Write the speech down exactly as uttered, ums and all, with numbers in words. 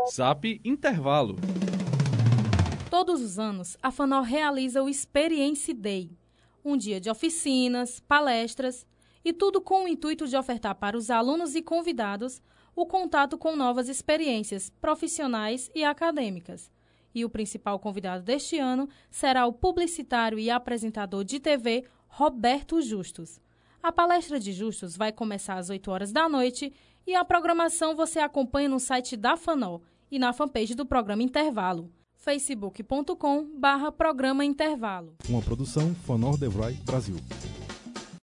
Zap Intervalo. Todos os anos, a FANOL realiza o Experience Day, um dia de oficinas, palestras e tudo com o intuito de ofertar para os alunos e convidados o contato com novas experiências profissionais e acadêmicas. E o principal convidado deste ano será o publicitário e apresentador de T V, Roberto Justus. A palestra de Justus vai começar às oito horas da noite e a programação você acompanha no site da FANOL e na fanpage do programa Intervalo, facebook ponto com barra programa Intervalo. Uma produção FANOL Devroy Brasil.